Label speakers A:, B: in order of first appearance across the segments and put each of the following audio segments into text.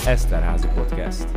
A: Eszterházi Podcast.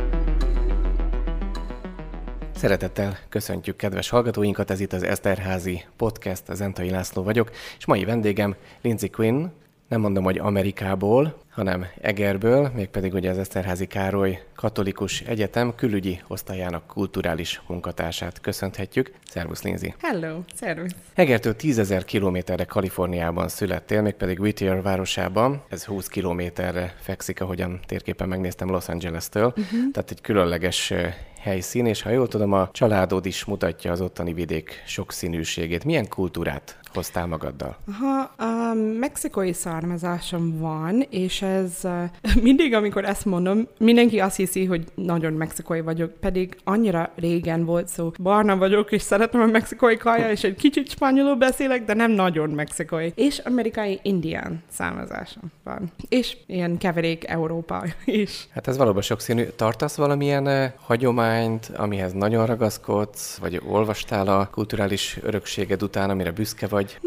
B: Szeretettel köszöntjük kedves hallgatóinkat, ez itt az Eszterházi Podcast, Zentai László vagyok, és mai vendégem Lindsay Quinn, nem mondom, hogy Amerikából, hanem Egerből, mégpedig ugye az Eszterházy Károly Katolikus Egyetem külügyi osztályának kulturális munkatársát köszönhetjük. Szervusz, Lindsay!
C: Hello, szervusz!
B: Egertől 10 000 kilométerre Kaliforniában születtél, mégpedig Whittier városában. Ez 20 kilométerre fekszik, ahogyan térképen megnéztem Los Angeles-től. Tehát egy különleges helyszín, és ha jól tudom, a családod is mutatja az ottani vidék sokszínűségét. Milyen kultúrát hoztál magaddal?
C: A mexikói származásom van, és ez mindig, amikor ezt mondom, mindenki azt hiszi, hogy nagyon mexikói vagyok, pedig annyira régen volt szó. Barna vagyok, és szeretem a mexikói kaja, és egy kicsit spanyolul beszélek, de nem nagyon mexikói. És amerikai indián származásom van. És ilyen keverék Európa is.
B: Hát ez valóban sokszínű. Tartasz valamilyen hagyományt, amihez nagyon ragaszkodsz, vagy olvastál a kulturális örökséged után, amire büszke vagy?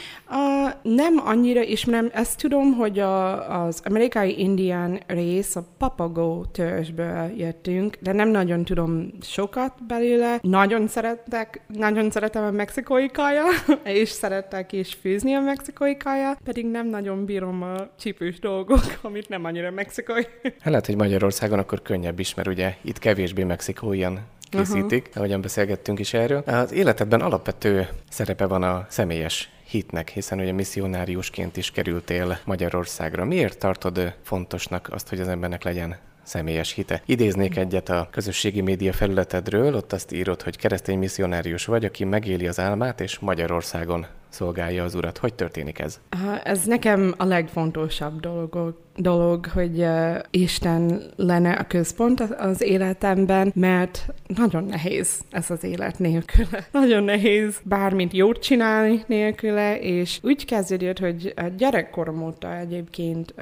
C: Nem annyira ismerem. Ezt tudom, hogy az amerikai indián rész a Papago törzsből jöttünk, de nem nagyon tudom sokat belőle. Nagyon szeretem a mexikói kaja, és szeretek is főzni a mexikói kaja, pedig nem nagyon bírom a csípős dolgok, amit nem annyira mexikói.
B: Hát lehet, hogy Magyarországon akkor könnyebb is, mert ugye itt kevésbé mexikóian készítik, ahogyan beszélgettünk is erről. Az életedben alapvető szerepe van a személyes hitnek, hiszen ugye misszionáriusként is kerültél Magyarországra. Miért tartod fontosnak azt, hogy az embernek legyen személyes hite? Idéznék egyet a közösségi média felületedről, ott azt írod, hogy keresztény misszionárius vagy, aki megéli az álmát, és Magyarországon szolgálja az Urat. Hogy történik ez?
C: Ez nekem a legfontosabb dolog, hogy Isten lenne a központ az életemben, mert nagyon nehéz ez az élet nélküle. Nagyon nehéz bármit jót csinálni nélküle, és úgy kezdődött, hogy gyerekkorom óta egyébként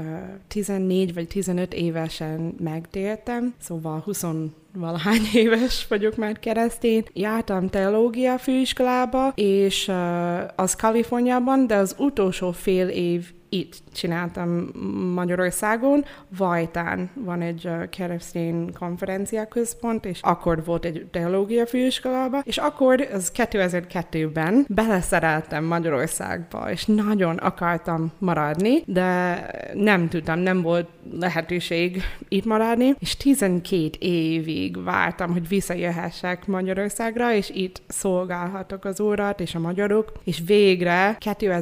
C: 14 vagy 15 évesen megtértem, szóval 20-valahány éves vagyok már keresztény. Jártam teológia főiskolába, és az Kaliforniában, de az utolsó fél év itt csináltam Magyarországon. Vajtán van egy keresztény konferencia központ, és akkor volt egy teológia főiskolába, és akkor, az 2002-ben beleszereltem Magyarországba, és nagyon akartam maradni, de nem tudtam, nem volt lehetőség itt maradni, és 12 évig vártam, hogy visszajöhessek Magyarországra, és itt szolgálhatok az Urat és a magyarok, és végre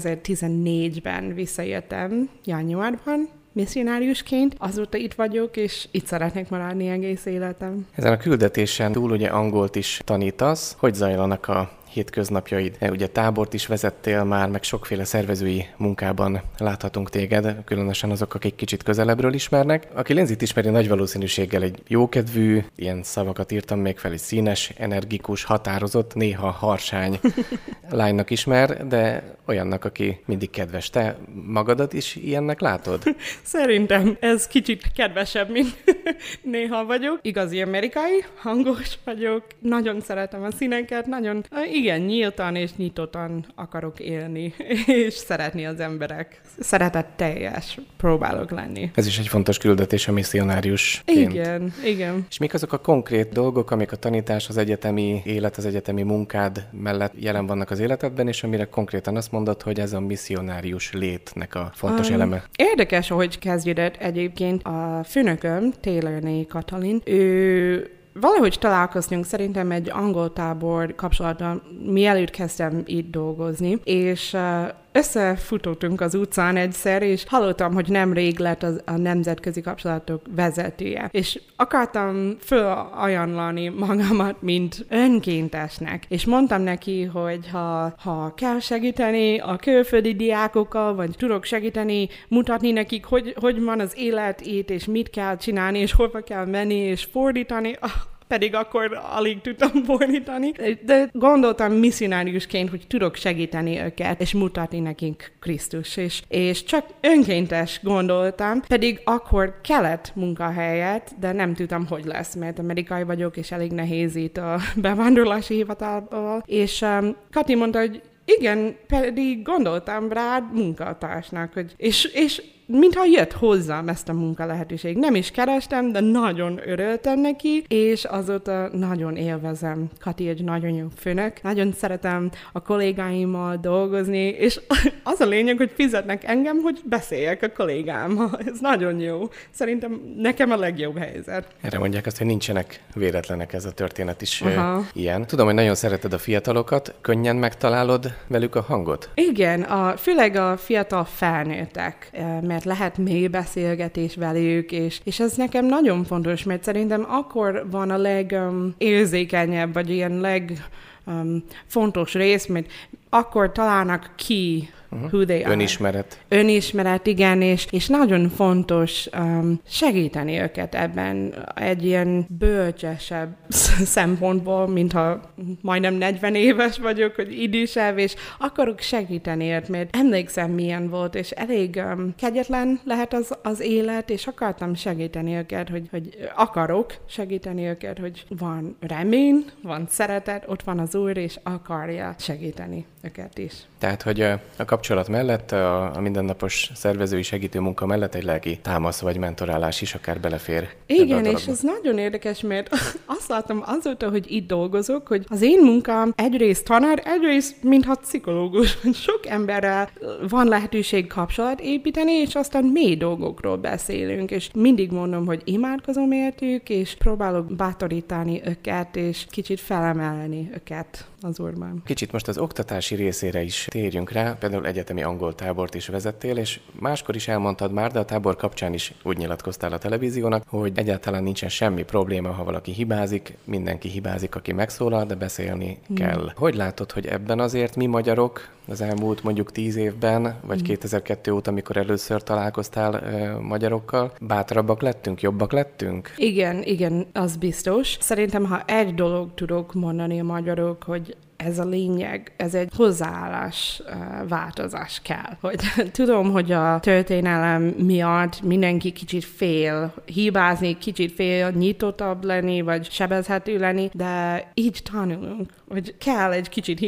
C: 2014-ben visszajöttem januárban, misszionáriusként. Azóta itt vagyok, és itt szeretnék maradni egész életem.
B: Ezen a küldetésen túl ugye angolt is tanítasz. Hogy zajlanak a hétköznapjaid? Ugye tábort is vezettél már, meg sokféle szervezői munkában láthatunk téged, különösen azok, akik kicsit közelebbről ismernek. Aki Lindsayt ismeri, nagy valószínűséggel egy jókedvű, ilyen szavakat írtam még fel, egy színes, energikus, határozott, néha harsány lánynak ismer, de olyannak, aki mindig kedves. Te magadat is ilyennek látod?
C: Szerintem ez kicsit kedvesebb, mint néha vagyok. Igazi amerikai, hangos vagyok, nagyon szeretem a színeket, igen, nyíltan és nyitottan akarok élni, és szeretni az emberek. Szeretetteljes próbálok lenni.
B: Ez is egy fontos küldetés a misszionáriusként.
C: Igen.
B: És mik azok a konkrét dolgok, amik a tanítás, az egyetemi élet, az egyetemi munkád mellett jelen vannak az életedben, és amire konkrétan azt mondod, hogy ez a misszionárius létnek a fontos eleme?
C: Érdekes, ahogy kezdődött egyébként a főnököm, Taylorné Katalin, ő valahogy találkoztunk szerintem egy angol tábor kapcsolatban, mielőtt kezdtem itt dolgozni, és összefutottunk az utcán egyszer, és hallottam, hogy nemrég lett a nemzetközi kapcsolatok vezetője. És akartam felajánlani magamat, mint önkéntesnek. És mondtam neki, hogy ha kell segíteni a külföldi diákokkal, vagy tudok segíteni, mutatni nekik, hogy van az élet itt, és mit kell csinálni, és hova kell menni, és fordítani, pedig akkor alig tudtam fordítani. De gondoltam misszionáriusként, hogy tudok segíteni őket, és mutatni nekik Krisztus. És csak önkéntes gondoltam, pedig akkor kellett munkahelyet, de nem tudtam, hogy lesz, mert amerikai vagyok, és elég nehéz itt a bevándorlási hivatalból. És Kati mondta, hogy igen, pedig gondoltam rád munkatársnak, és mintha jött hozzám ezt a munka lehetőség. Nem is kerestem, de nagyon örültem neki, és azóta nagyon élvezem. Kati egy nagyon jó főnök, nagyon szeretem a kollégáimmal dolgozni, és az a lényeg, hogy fizetnek engem, hogy beszéljek a kollégámmal. Ez nagyon jó. Szerintem nekem a legjobb helyzet.
B: Erre mondják azt, hogy nincsenek véletlenek, ez a történet is ilyen. Tudom, hogy nagyon szereted a fiatalokat, könnyen megtalálod velük a hangot?
C: Igen, főleg a fiatal felnőttek, mert lehet mély beszélgetés velük, és ez nekem nagyon fontos, mert szerintem akkor van a legérzékenyebb, vagy ilyen legfontos rész, mert akkor találnak ki, who they are. Önismeret, igen, és nagyon fontos segíteni őket ebben egy ilyen bölcsesebb szempontból, mintha majdnem 40 éves vagyok, hogy idősebb, és akarok segíteni őt, mert emlékszem, milyen volt, és elég kegyetlen lehet az élet, és akartam segíteni őket, hogy akarok segíteni őket, hogy van remény, van szeretet, ott van az Úr, és akarja segíteni őket is.
B: Tehát, hogy a kapcsolat mellett, a mindennapos szervezői segítő munka mellett egy lelki támasz vagy mentorálás is akár belefér.
C: Igen, és ez nagyon érdekes, mert azt látom azóta, hogy itt dolgozok, hogy az én munkám egyrészt tanár, egyrészt mintha pszichológus, hogy sok emberrel van lehetőség kapcsolat építeni, és aztán mély dolgokról beszélünk, és mindig mondom, hogy imádkozom értük, és próbálok bátorítani őket, és kicsit felemelni őket az Úrban.
B: Kicsit most az oktatási részére is térjünk rá, például egyetemi angol tábort is vezettél, és máskor is elmondtad már, de a tábor kapcsán is úgy nyilatkoztál a televíziónak, hogy egyáltalán nincsen semmi probléma, ha valaki hibázik, mindenki hibázik, aki megszólal, de beszélni kell. Hogy látod, hogy ebben azért mi magyarok az elmúlt mondjuk 10 évben, vagy 2002 óta, amikor először találkoztál magyarokkal, bátrabbak lettünk, jobbak lettünk?
C: Igen, az biztos. Szerintem, ha egy dolog tudok mondani a magyarok, hogy ez a lényeg, ez egy hozzáállás változás kell. Hogy tudom, hogy a történelem miatt mindenki kicsit fél hibázni, kicsit fél nyitottabb lenni, vagy sebezhető lenni, de így tanulunk, hogy kell egy kicsit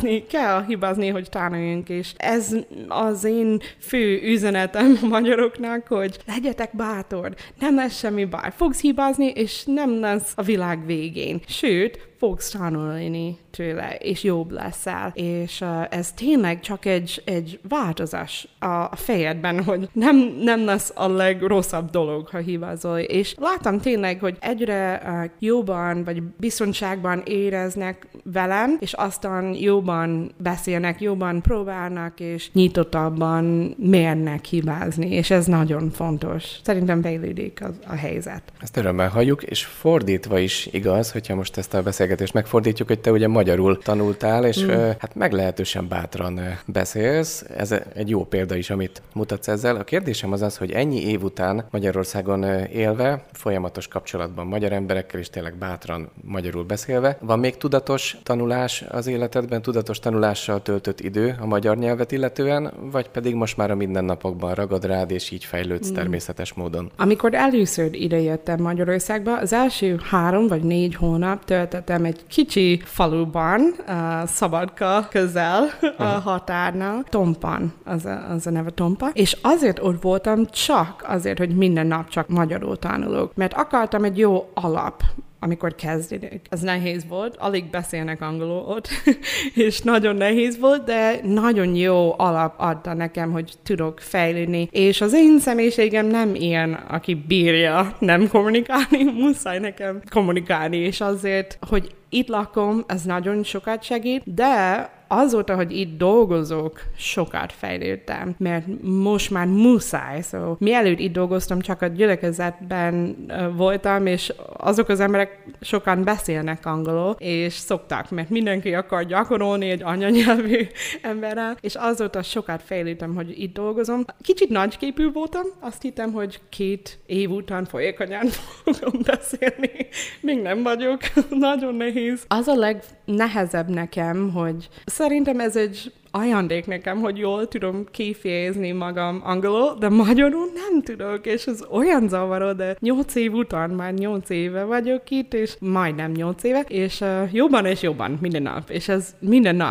C: hibázni, hogy tanuljunk, és ez az én fő üzenetem a magyaroknak, hogy legyetek bátor, nem lesz semmi baj, fogsz hibázni, és nem lesz a világ végén. Sőt, fogsz tanulni tőle, és jobb leszel. És ez tényleg csak egy változás a fejedben, hogy nem lesz a legrosszabb dolog, ha hibázol. És láttam tényleg, hogy egyre jobban, vagy biztonságban éreznek velem, és aztán jobban beszélnek, jobban próbálnak, és nyitottabban mernek hibázni, és ez nagyon fontos. Szerintem fejlődik a helyzet.
B: Ezt örömmel halljuk, és fordítva is igaz, hogyha most ezt a beszélgetést megfordítjuk, hogy te ugye magyarul tanultál, és hát meglehetősen bátran beszélsz. Ez egy jó példa is, amit mutatsz ezzel. A kérdésem az, hogy ennyi év után Magyarországon élve, folyamatos kapcsolatban magyar emberekkel, és tényleg bátran magyarul beszélve, van még tudatos tanulás az életedben, tudatos tanulással töltött idő a magyar nyelvet illetően, vagy pedig most már a mindennapokban ragad rád, és így fejlődsz természetes módon?
C: Amikor először idejöttem Magyarországba, az első 3 vagy 4 hónap töltöttem egy kicsi faluban, Szabadka közel a határnál, Tompan, az a neve Tompa, és azért ott voltam csak azért, hogy minden nap csak magyarul tanulok, mert akartam egy jó alap, amikor kezdődik. Ez nehéz volt, alig beszélnek angolul ott, és nagyon nehéz volt, de nagyon jó alap adta nekem, hogy tudok fejlődni. És az én személyiségem nem ilyen, aki bírja nem kommunikálni, muszáj nekem kommunikálni, és azért, hogy itt lakom, ez nagyon sokat segít, de azóta, hogy itt dolgozok, sokat fejlődtem, mert most már muszáj. Szóval mielőtt itt dolgoztam, csak a gyülekezetben voltam, és azok az emberek sokan beszélnek angolul, és szoktak, mert mindenki akar gyakorolni egy anyanyelvű emberrel, és azóta sokat fejlődtem, hogy itt dolgozom. Kicsit nagyképű voltam, azt hittem, hogy 2 év után folyékonyan fogom beszélni. Még nem vagyok, nagyon nehéz. Az a legnehezebb nekem, hogy szerintem ez egy ajándék nekem, hogy jól tudom kifejezni magam angolul, de magyarul nem tudok, és ez olyan zavaró, de 8 év után már 8 éve vagyok itt, és majdnem 8 éve, és jobban és jobban minden nap, és ez minden nap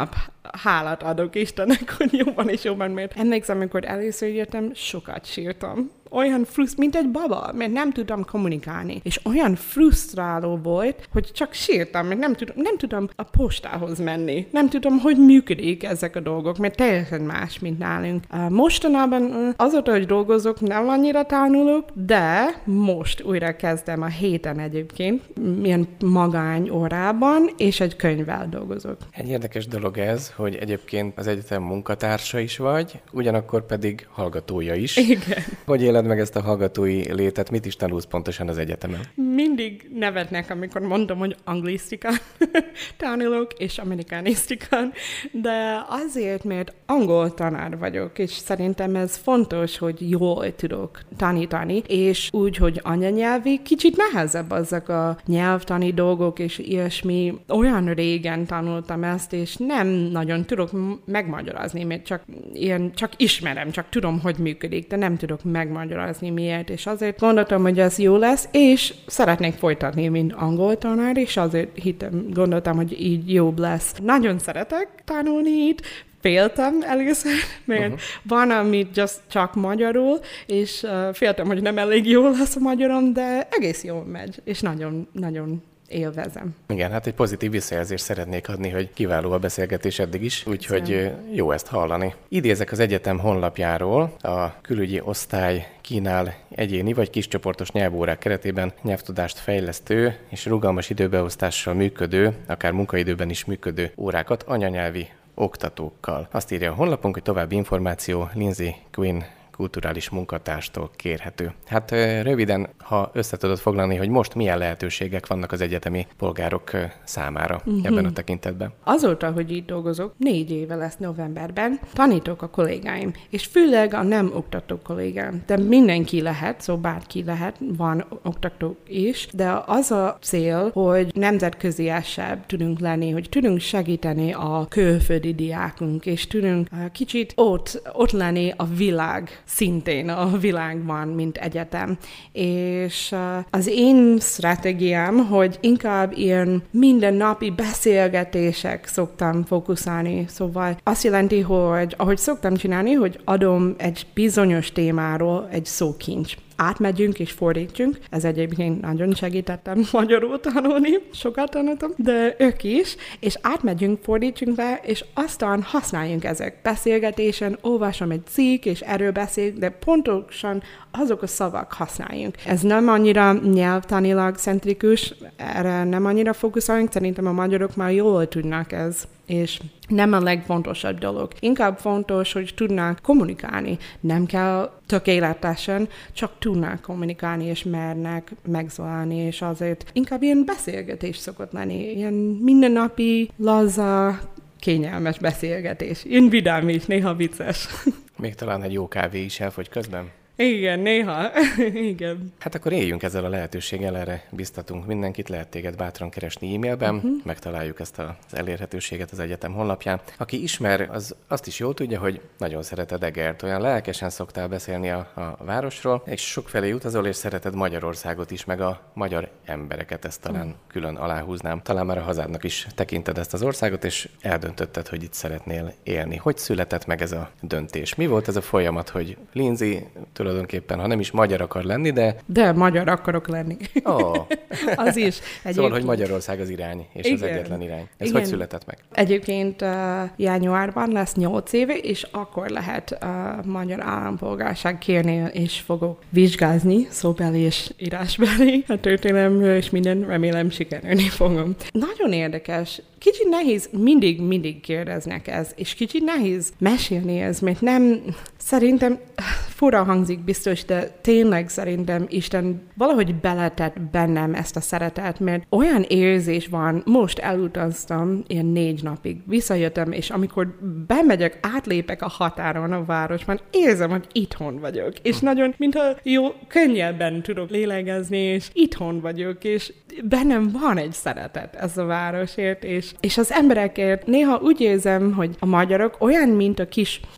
C: hálát adok Istennek, hogy jobban és jobban, mert emlékszem, amikor először jöttem, sokat sírtam. Olyan mint egy baba, mert nem tudtam kommunikálni. És olyan frusztráló volt, hogy csak sírtam, mert nem tudom a postához menni. Nem tudom, hogy működik ezek a dolgok, mert teljesen más, mint nálunk. Mostanában azóta, hogy dolgozok, nem annyira tanulok, de most újra kezdem a héten egyébként, milyen magány órában, és egy könyvvel dolgozok.
B: Egy érdekes dolog ez, hogy egyébként az egyetem munkatársa is vagy, ugyanakkor pedig hallgatója is.
C: Igen.
B: Hogy éled meg ezt a hallgatói létet? Mit is tanulsz pontosan az egyetemen?
C: Mindig nevetnek, amikor mondom, hogy anglisztikán tanulok, és amerikanisztikán, de azért, mert angol tanár vagyok, és szerintem ez fontos, hogy jól tudok tanítani, és úgy, hogy anyanyelvi, kicsit nehezebb azok a nyelvtani dolgok, és ilyesmi. Olyan régen tanultam ezt, és nem nagyon tudok megmagyarázni, mert csak ismerem, csak tudom, hogy működik, de nem tudok megmagyarázni miért, és azért gondoltam, hogy ez jó lesz, és szeretnék folytatni, mint angol tanár, és azért gondoltam, hogy így jobb lesz. Nagyon szeretek tanulni itt, féltem először, mert van, amit csak magyarul, és féltem, hogy nem elég jó lesz a magyarom, de egész jól megy, és nagyon, nagyon élvezem.
B: Igen, hát egy pozitív visszajelzést szeretnék adni, hogy kiváló a beszélgetés eddig is, úgyhogy jó ezt hallani. Idézek az egyetem honlapjáról, a külügyi osztály kínál egyéni vagy kiscsoportos nyelvórák keretében nyelvtudást fejlesztő és rugalmas időbeosztással működő, akár munkaidőben is működő órákat anyanyelvi oktatókkal. Azt írja a honlapunk, hogy további információ Lindsay Quinn kulturális munkatárstól kérhető. Hát röviden, ha össze tudod foglalni, hogy most milyen lehetőségek vannak az egyetemi polgárok számára ebben a tekintetben.
C: Azóta, hogy itt dolgozok, 4 éve lesz novemberben, tanítok a kollégáim, és főleg a nem oktató kollégám. De mindenki lehet, szóval bárki lehet, van oktató is, de az a cél, hogy nemzetköziesebb tudunk lenni, hogy tudunk segíteni a külföldi diákunk, és tudunk kicsit ott lenni a világ szintén a világban, mint egyetem. És az én stratégiám, hogy inkább ilyen mindennapi beszélgetések szoktam fókuszálni. Szóval azt jelenti, hogy ahogy szoktam csinálni, hogy adom egy bizonyos témáról egy szókincs. Átmegyünk és fordítsunk. Ez egyébként nagyon segítettem magyarul tanulni, sokat tanultam, de ők is, és átmegyünk, fordítsunk be, és aztán használjunk ezek. Beszélgetésen olvasom egy cikk, és erről beszél, de pontosan azok a szavak használjunk. Ez nem annyira nyelvtanilag centrikus, erre nem annyira fókuszálunk, szerintem a magyarok már jól tudnak ez, és nem a legfontosabb dolog. Inkább fontos, hogy tudnak kommunikálni. Nem kell tökéletesen, csak tudnak kommunikálni, és mernek megszólalni, és azért inkább ilyen beszélgetés szokott lenni. Ilyen mindennapi, laza, kényelmes beszélgetés. Ilyen vidám is, néha vicces.
B: Még talán egy jó kávé is elfogy közben?
C: Igen, néha. Igen.
B: Hát akkor éljünk ezzel a lehetőséggel, erre biztatunk mindenkit, lehet téged bátran keresni e-mailben, megtaláljuk ezt az elérhetőséget az egyetem honlapján. Aki ismer, az azt is jól tudja, hogy nagyon szereted Egert, olyan lelkesen szoktál beszélni a városról, és sokfelé utazol, és szereted Magyarországot is, meg a magyar embereket, ezt talán külön aláhúznám. Talán már a hazádnak is tekinted ezt az országot, és eldöntötted, hogy itt szeretnél élni. Hogy született meg ez a döntés? Mi volt ez a folyamat, hogy Lindsay tulajdonképpen, ha nem is magyar akar lenni, de
C: magyar akarok lenni. Az is.
B: Szóval, hogy Magyarország az irány, és igen, az egyetlen irány. Ez hogy született meg?
C: Egyébként januárban lesz 8 éve, és akkor lehet magyar állampolgárság kérni, és fogok vizsgázni, szóbeli és írásbeli, a történelemről, és minden, remélem sikerülni fogom. Nagyon érdekes. Kicsit nehéz, mindig kérdeznek ez, és kicsit nehéz mesélni ez, mert nem, szerintem fura hangzik biztos, de tényleg szerintem Isten valahogy beletett bennem ezt a szeretet, mert olyan érzés van, most elutaztam ilyen 4 napig, visszajöttem, és amikor bemegyek, átlépek a határon a városban, érzem, hogy itthon vagyok, és nagyon, mintha jó, könnyebben tudok lélegezni, és itthon vagyok, és bennem van egy szeretet ez a városért, és az emberekért néha úgy érzem, hogy a magyarok olyan, mint a kis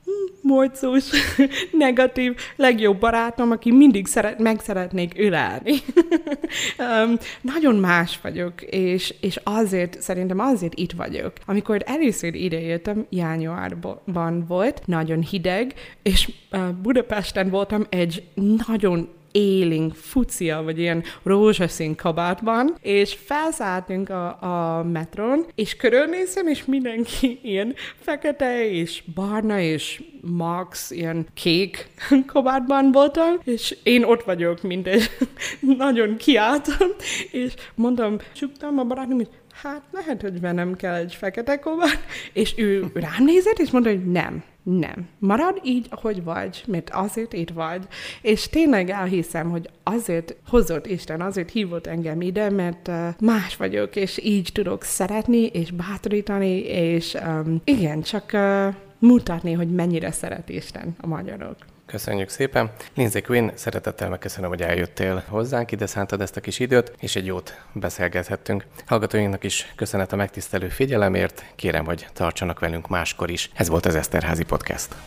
C: morcós, negatív, legjobb barátom, aki mindig meg szeretnék ölelni. Nagyon más vagyok, és szerintem azért itt vagyok. Amikor először idejöttem, januárban volt, nagyon hideg, és Budapesten voltam egy nagyon élénk fucia, vagy ilyen rózsaszín kabátban, és felszálltunk a metrón, és körülnézem, és mindenki ilyen fekete, és barna, és Max ilyen kék kabátban voltam, és én ott vagyok, mint egy nagyon kiálltam, és mondtam, csuktam a barátom, hogy hát lehet, hogy vennem kell egy fekete kabát, és ő rám nézett, és mondta, hogy nem, marad így, ahogy vagy, mert azért itt vagy. És tényleg elhiszem, hogy azért hozott Isten, azért hívott engem ide, mert más vagyok, és így tudok szeretni, és bátorítani, és igen, csak mutatni, hogy mennyire szeret Isten a magyarok.
B: Köszönjük szépen. Lindsay Quinn, szeretettel megköszönöm, hogy eljöttél hozzánk, ide szántad ezt a kis időt, és egy jót beszélgethettünk. Hallgatóinknak is köszönet a megtisztelő figyelemért, kérem, hogy tartsanak velünk máskor is. Ez volt az Eszterházi Podcast.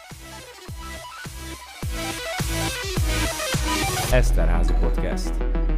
A: Eszterházi Podcast.